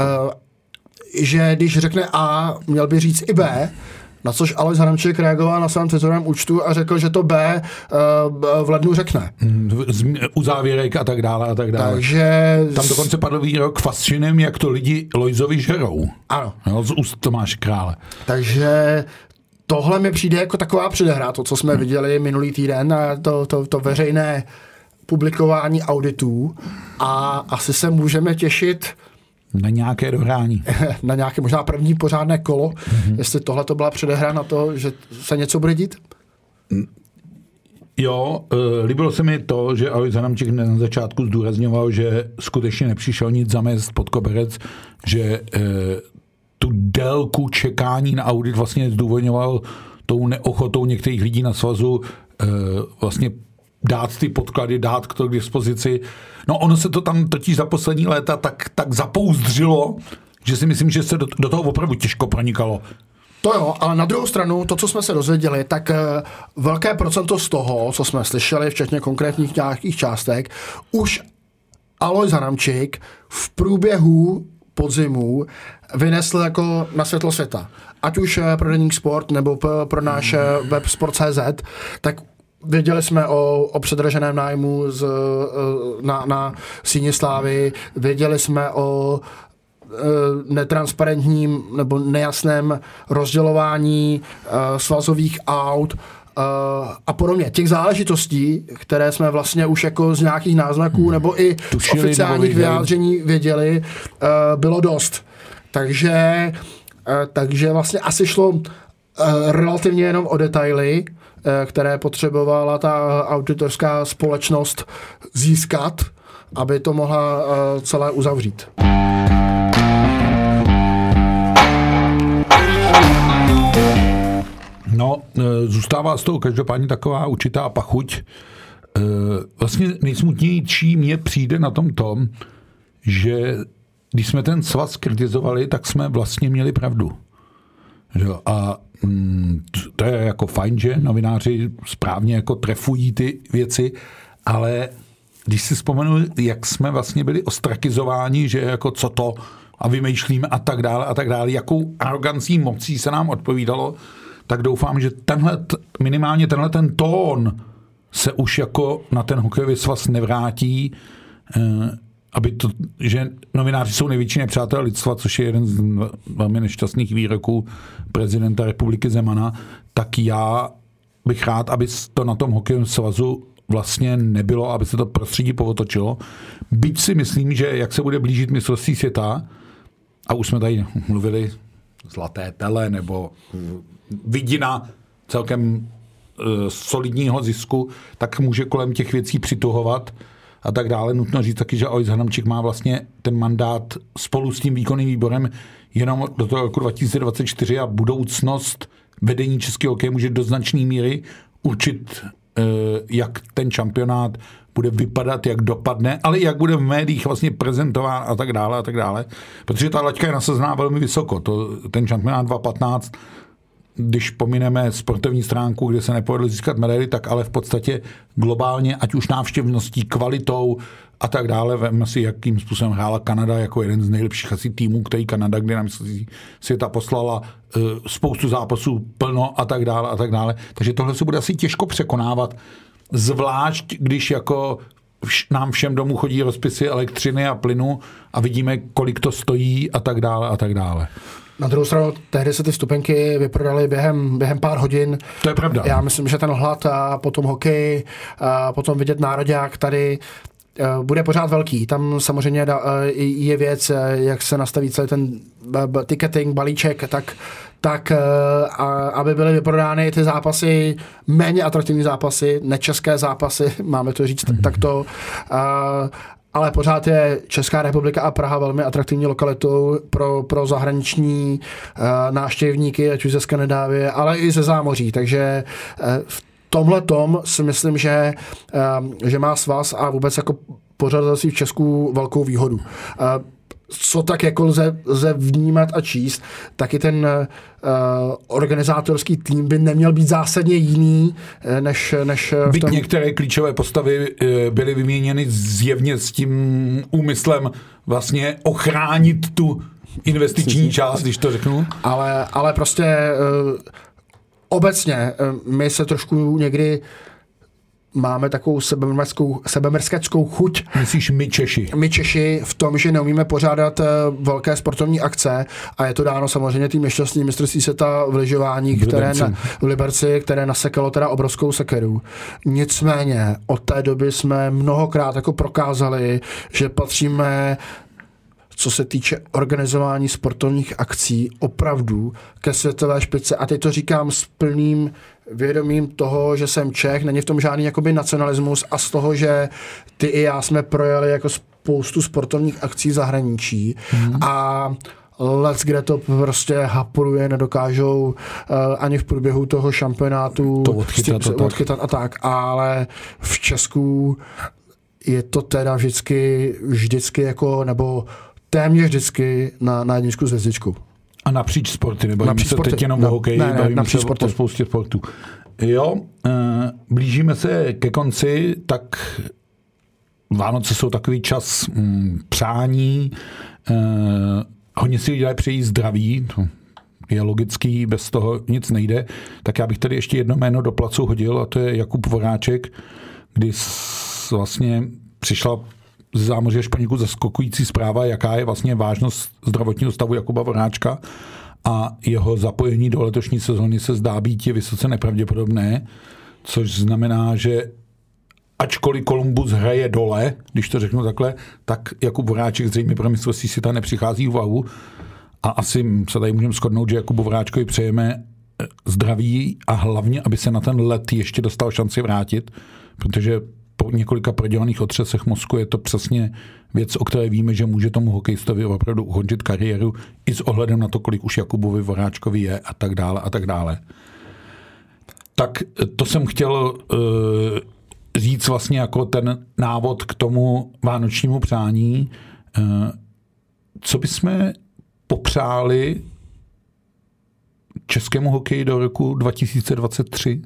že když řekne A, měl by říct i B, na což Alois Hramčík reagoval na svém twitterovém účtu a řekl, že to B v lednu řekne. U závěrek a tak dále. Takže tam dokonce padl výrok fascinem, jak to lidi Lojzovi žerou. Ano. No, z úst Tomáše Krále. Takže tohle mi přijde jako taková předehra, to, co jsme viděli minulý týden, to veřejné publikování auditů a asi se můžeme těšit na nějaké dohrání. Na nějaké možná první pořádné kolo, jestli tohle to byla předehra na to, že se něco bude dít? Jo, líbilo se mi to, že Alois Hramčík na začátku zdůrazňoval, že skutečně nepřišel nic zamést pod koberec, že tu délku čekání na audit vlastně zdůvodňoval tou neochotou některých lidí na svazu vlastně dát ty podklady, dát to k dispozici. No ono se to tam totiž za poslední léta tak zapouzdřilo, že si myslím, že se do toho opravdu těžko pronikalo. To jo, ale na druhou stranu, to, co jsme se dozvěděli, tak velké procento z toho, co jsme slyšeli, včetně konkrétních nějakých částek, už Alois Hramčík v průběhu podzimu vynesl jako na světlo světa. Ať už pro Deník Sport nebo pro náš web Sport.cz, tak věděli jsme o předraženém nájmu na Síni slávy, věděli jsme o netransparentním nebo nejasném rozdělování svazových aut a podobně. Těch záležitostí, které jsme vlastně už jako z nějakých náznaků nebo i z oficiálních vyjádření věděli, bylo dost. Takže vlastně asi šlo relativně jenom o detaily, které potřebovala ta auditorská společnost získat, aby to mohla celé uzavřít. No, zůstává z toho každopádně taková určitá pachuť. Vlastně nejsmutnější mně přijde na tom, že když jsme ten svaz kritizovali, tak jsme vlastně měli pravdu. A to je jako fajn, že novináři správně jako trefují ty věci, ale když si vzpomenu, jak jsme vlastně byli ostrakizováni, že jako co to a vymýšlíme a tak dále, jakou arogancí mocí se nám odpovídalo, tak doufám, že minimálně tenhle ten tón se už jako na ten hokejový svaz nevrátí, že novináři jsou největší nepřátelé lidstva, což je jeden z velmi nešťastných výroků prezidenta republiky Zemana, tak já bych rád, aby to na tom hokejovém svazu vlastně nebylo, aby se to prostředí povotočilo. Byť si myslím, že jak se bude blížit mistrovství světa, a už jsme tady mluvili zlaté tele nebo vidina celkem solidního zisku, tak může kolem těch věcí přituhovat a tak dále. Nutno říct taky, že Alois Hadamčík má vlastně ten mandát spolu s tím výkonným výborem jenom do toho roku 2024 a budoucnost vedení českého hokeje může do značné míry určit, jak ten šampionát bude vypadat, jak dopadne, ale jak bude v médiích vlastně prezentován a tak dále. Protože ta laťka je nasazená velmi vysoko. Ten šampionát 2015, když pomineme sportovní stránku, kde se nepovedlo získat medaily, tak ale v podstatě globálně, ať už návštěvností, kvalitou a tak dále, veme si, jakým způsobem hrála Kanada jako jeden z nejlepších asi týmů, který Kanada, kde na mistrovství světa poslala spoustu zápasů plno a tak dále. Takže tohle se bude asi těžko překonávat, zvlášť když jako nám všem domů chodí rozpisy elektřiny a plynu a vidíme, kolik to stojí a tak dále. Na druhou stranu, tehdy se ty vstupenky vyprodaly během pár hodin. To je pravda. Já myslím, že ten hlad a potom hokej, a potom vidět nároďák tady bude pořád velký. Tam samozřejmě je věc, jak se nastaví celý ten ticketing, balíček, tak aby byly vyprodány ty zápasy, méně atraktivní zápasy, nečeské zápasy, máme to říct takto. Ale pořád je Česká republika a Praha velmi atraktivní lokalitou pro zahraniční návštěvníky, ať už ze Skandinávie, ale i ze zámoří. Takže v tomhletom si myslím, že má svaz a vůbec jako pořadatelství v Česku velkou výhodu. Co tak jako lze vnímat a číst, taky ten organizátorský tým by neměl být zásadně jiný, než byť některé klíčové postavy byly vyměněny zjevně s tím úmyslem vlastně ochránit tu investiční část, když to řeknu. Ale prostě obecně my se trošku někdy máme takovou sebemrskačskou chuť. Myslíš my Češi? My Češi v tom, že neumíme pořádat velké sportovní akce a je to dáno samozřejmě tím nešťastným mistrovství světa v lyžování, v Liberci, které nasekalo teda obrovskou sekeru. Nicméně od té doby jsme mnohokrát jako prokázali, že patříme, co se týče organizování sportovních akcí, opravdu ke světové špičce. A teď to říkám s plným vědomím toho, že jsem Čech, není v tom žádný jakoby nacionalismus a z toho, že ty i já jsme projeli jako spoustu sportovních akcí v zahraničí a kde to prostě hapruje, nedokážou ani v průběhu toho šampionátu to odchytat a tak, ale v Česku je to teda vždycky jako, nebo téměř vždycky na jedničku s hvězdičkou. A napříč sporty, nebavíme se teď jenom o hokeji, bavíme se o spoustě sportů. Jo, blížíme se ke konci, tak Vánoce jsou takový čas přání, Hodně si lidé přejí zdraví, to je logický, bez toho nic nejde. Tak já bych tady ještě jedno jméno do placu hodil a to je Jakub Voráček, kdy vlastně přišla z zámoří až poněkud zaskakující zpráva, jaká je vlastně vážnost zdravotního stavu Jakuba Voráčka a jeho zapojení do letošní sezóny se zdá být je vysoce nepravděpodobné, což znamená, že ačkoliv Columbus hraje dole, když to řeknu takhle, tak Jakub Voráček zřejmě pro mistrovství světa nepřichází v úvahu a asi se tady můžeme shodnout, že Jakubu Voráčkovi přejeme zdraví a hlavně, aby se na ten let ještě dostal šanci vrátit, protože po několika prodělaných otřesech mozku je to přesně věc, o které víme, že může tomu hokejistovi opravdu ukončit kariéru i s ohledem na to, kolik už Jakubovi Voráčkovi je a tak dále a tak dále. Tak to jsem chtěl říct vlastně jako ten návod k tomu vánočnímu přání. Co bychom popřáli českému hokeji do roku 2023?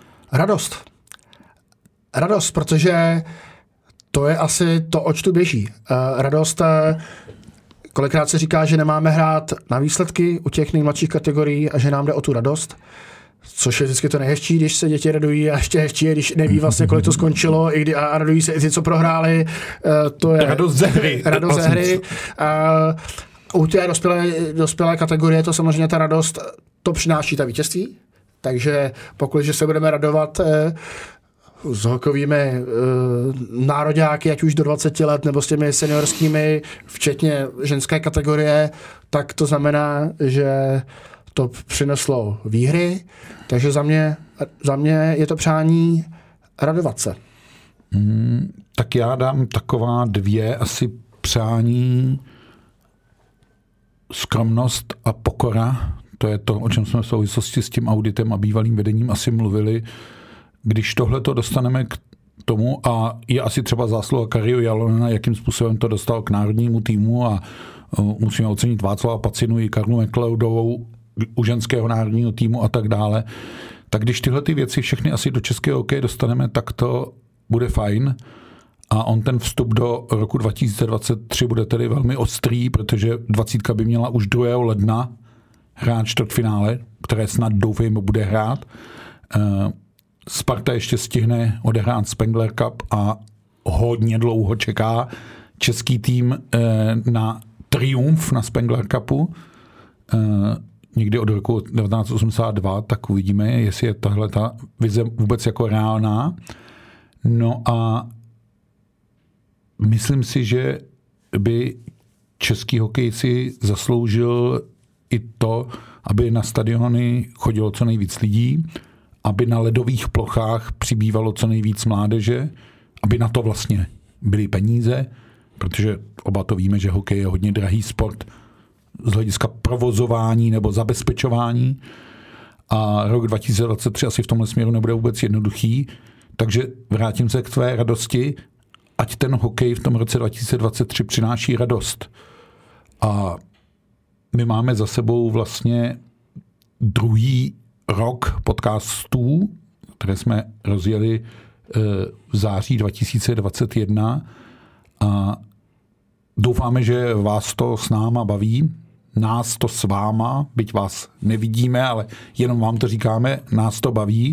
Radost, protože to je asi to, oč tu běží. Radost, kolikrát se říká, že nemáme hrát na výsledky u těch nejmladších kategorií a že nám jde o tu radost, což je vždycky to nejhezčí, když se děti radují a ještě hezčí je, když neví vlastně, kolik to skončilo a radují se i ty, co prohráli. To je radost ze hry. Radost ze hry. U té dospělé kategorie to samozřejmě ta radost, to přináší ta vítězství, takže pokud se budeme radovat s hokejovými nároďáky, ať už do 20 let, nebo s těmi seniorskými, včetně ženské kategorie, tak to znamená, že to přineslo výhry, takže za mě je to přání radovat se. Tak já dám taková 2 asi přání: skromnost a pokora. To je to, o čem jsme v souvislosti s tím auditem a bývalým vedením asi mluvili. Když tohle to dostaneme k tomu, a je asi třeba zásluha Kariho Jalonena, jakým způsobem to dostal k národnímu týmu, a musíme ocenit Václava Pacinu i Karlu McLeodovou u ženského národního týmu a tak dále. Tak když tyhle ty věci všechny asi do českého hokeje dostaneme, tak to bude fajn. A on ten vstup do roku 2023 bude tedy velmi ostrý, protože 20 by měla už 2. ledna hrát čtvrtfinále, které snad doufejme bude hrát. Sparta ještě stihne odehrát Spengler Cup a hodně dlouho čeká český tým na triumf na Spengler Cupu. Někdy od roku 1982, tak uvidíme, jestli je tahle ta vize vůbec jako reálná. No a myslím si, že by český hokej si zasloužil i to, aby na stadiony chodilo co nejvíc lidí, aby na ledových plochách přibývalo co nejvíc mládeže, aby na to vlastně byly peníze, protože oba to víme, že hokej je hodně drahý sport z hlediska provozování nebo zabezpečování, a rok 2023 asi v tomhle směru nebude vůbec jednoduchý, takže vrátím se k tvé radosti, ať ten hokej v tom roce 2023 přináší radost. A my máme za sebou vlastně 2. rok podcastů, které jsme rozjeli v září 2021, a doufáme, že vás to s náma baví, nás to s váma, byť vás nevidíme, ale jenom vám to říkáme, nás to baví.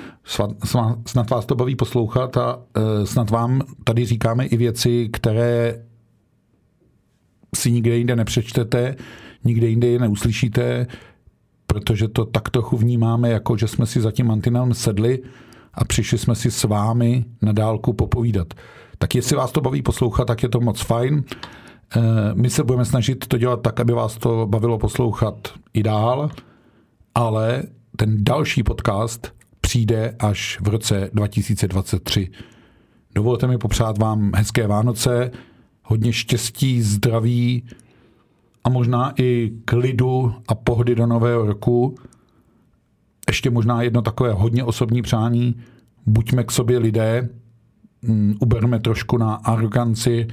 Snad vás to baví poslouchat a snad vám tady říkáme i věci, které si nikde jinde nepřečtete, nikde jinde je neuslyšíte, protože to tak trochu vnímáme, jako že jsme si za tím mantinelem sedli a přišli jsme si s vámi na dálku popovídat. Tak jestli vás to baví poslouchat, tak je to moc fajn. My se budeme snažit to dělat tak, aby vás to bavilo poslouchat i dál, ale ten další podcast přijde až v roce 2023. Dovolte mi popřát vám hezké Vánoce, hodně štěstí, zdraví a možná i klidu a pohody do nového roku. Ještě možná jedno takové hodně osobní přání. Buďme k sobě lidé, uberme trošku na aroganci,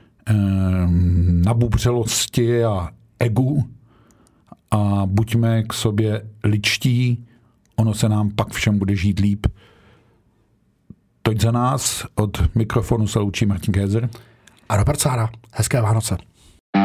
na bubřelosti a egu a buďme k sobě ličtí, ono se nám pak všem bude žít líp. Toť za nás, od mikrofonu se loučí Martin Kézer a Robert Sára. Hezké Vánoce.